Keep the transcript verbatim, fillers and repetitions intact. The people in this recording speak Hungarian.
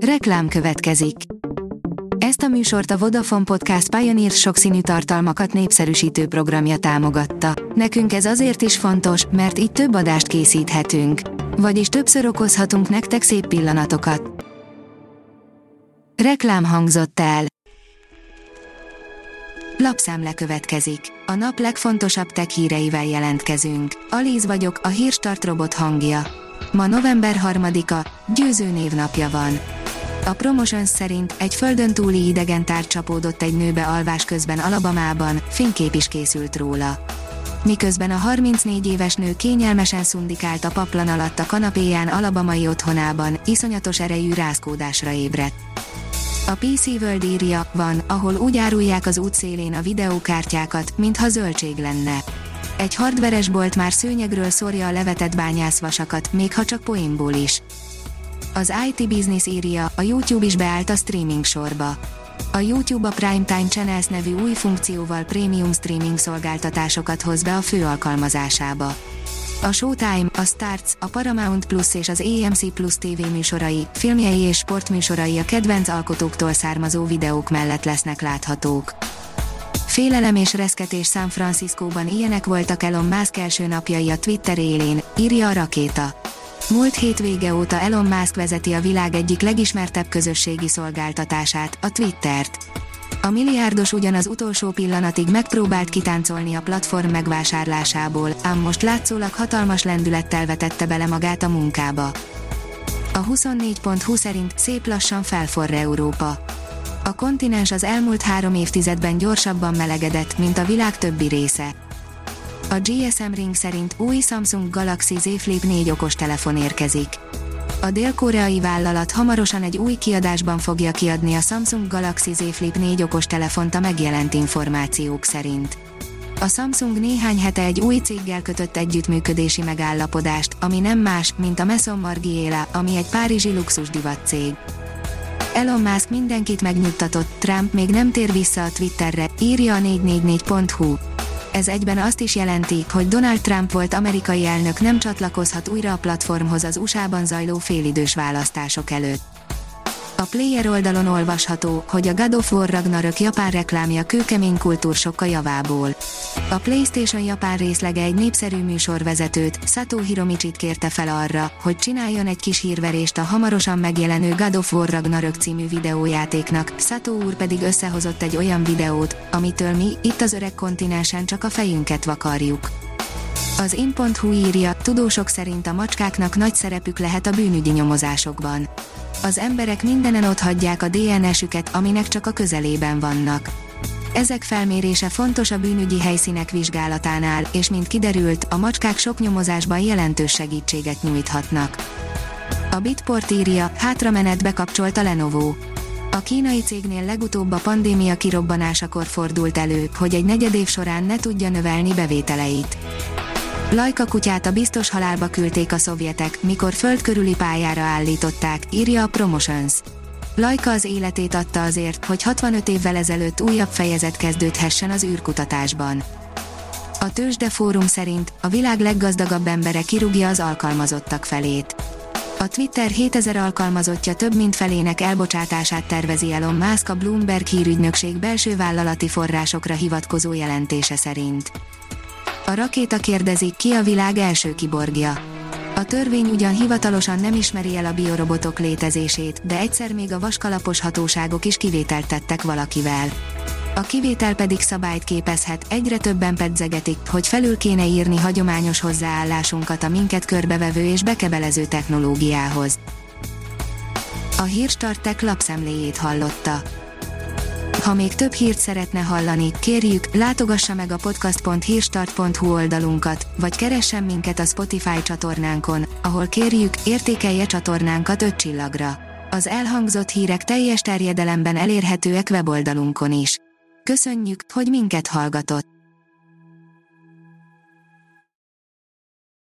Reklám következik. Ezt a műsort a Vodafone Podcast Pioneer sokszínű tartalmakat népszerűsítő programja támogatta. Nekünk ez azért is fontos, mert így több adást készíthetünk. Vagyis többször okozhatunk nektek szép pillanatokat. Reklám hangzott el. Lapszemle következik. A nap legfontosabb tech híreivel jelentkezünk. Alíz vagyok, a Hírstart robot hangja. Ma november harmadika, Győző névnapja van. A Promotions szerint egy földön túli idegen tárgy csapódott egy nőbe alvás közben Alabamában, fénykép is készült róla. Miközben a harmincnégy éves nő kényelmesen szundikált a paplan alatt a kanapéján alabamai otthonában, iszonyatos erejű rázkódásra ébredt. A pé cé World írja, van, ahol úgy árulják az útszélén a videókártyákat, mintha zöldség lenne. Egy hardveres bolt már szőnyegről szórja a levetett bányászvasakat, még ha csak poénból is. Az i té Business írja, a YouTube is beállt a streaming sorba. A YouTube a Primetime Channels nevű új funkcióval prémium streaming szolgáltatásokat hoz be a fő alkalmazásába. A Showtime, a Starz, a Paramount Plus és az á em cé Plus tévéműsorai, filmjei és sportműsorai a kedvenc alkotóktól származó videók mellett lesznek láthatók. Félelem és reszketés San Franciscóban, ilyenek voltak Elon Musk első napjai a Twitter élén, írja a Rakéta. Múlt hétvége óta Elon Musk vezeti a világ egyik legismertebb közösségi szolgáltatását, a Twittert. A milliárdos ugyan az utolsó pillanatig megpróbált kitáncolni a platform megvásárlásából, ám most látszólag hatalmas lendülettel vetette bele magát a munkába. A huszonnégy pont hu szerint szép lassan felforr Európa. A kontinens az elmúlt három évtizedben gyorsabban melegedett, mint a világ többi része. A gé es em Ring szerint új Samsung Galaxy Z Flip négy okostelefon érkezik. A dél-koreai vállalat hamarosan egy új kiadásban fogja kiadni a Samsung Galaxy Z Flip négy okostelefont a megjelent információk szerint. A Samsung néhány hete egy új céggel kötött együttműködési megállapodást, ami nem más, mint a Maison Margiela, ami egy párizsi luxusdivat cég. Elon Musk mindenkit megnyugtatott, Trump még nem tér vissza a Twitterre, írja a négy négy négy pont hu. Ez egyben azt is jelenti, hogy Donald Trump volt amerikai elnök nem csatlakozhat újra a platformhoz az u es á-ban zajló félidős választások előtt. A Player oldalon olvasható, hogy a God of War Ragnarök japán reklámja kőkemény kultúrsokka javából. A PlayStation japán részlege egy népszerű műsorvezetőt, Sato Hiromichit kérte fel arra, hogy csináljon egy kis hírverést a hamarosan megjelenő God of War Ragnarök című videójátéknak, Sato úr pedig összehozott egy olyan videót, amitől mi, itt az öreg kontinensen csak a fejünket vakarjuk. Az in pont hu írja, tudósok szerint a macskáknak nagy szerepük lehet a bűnügyi nyomozásokban. Az emberek mindenen otthagyják a dé en es-üket, aminek csak a közelében vannak. Ezek felmérése fontos a bűnügyi helyszínek vizsgálatánál, és mint kiderült, a macskák sok nyomozásban jelentős segítséget nyújthatnak. A Bitport írja, hátramenet bekapcsolt a Lenovo. A kínai cégnél legutóbb a pandémia kirobbanásakor fordult elő, hogy egy negyedév során ne tudja növelni bevételeit. Laika kutyát a biztos halálba küldték a szovjetek, mikor föld körüli pályára állították, írja a Promotions. Laika az életét adta azért, hogy hatvanöt évvel ezelőtt újabb fejezet kezdődhessen az űrkutatásban. A Tőzsdefórum szerint a világ leggazdagabb embere kirúgja az alkalmazottak felét. A Twitter hétezer alkalmazottja több mint felének elbocsátását tervezi Elon Musk a Bloomberg hírügynökség belső vállalati forrásokra hivatkozó jelentése szerint. A Rakéta kérdezi, ki a világ első kiborgja. A törvény ugyan hivatalosan nem ismeri el a biorobotok létezését, de egyszer még a vaskalapos hatóságok is kivételt tettek valakivel. A kivétel pedig szabályt képezhet, egyre többen pedzegetik, hogy felül kéne írni hagyományos hozzáállásunkat a minket körbevevő és bekebelező technológiához. A Hírstart Tech lapszemléjét hallotta. Ha még több hírt szeretne hallani, kérjük, látogassa meg a podcast pont hírstart pont hu oldalunkat, vagy keressen minket a Spotify csatornánkon, ahol kérjük, értékelje csatornánkat öt csillagra. Az elhangzott hírek teljes terjedelemben elérhetőek weboldalunkon is. Köszönjük, hogy minket hallgatott!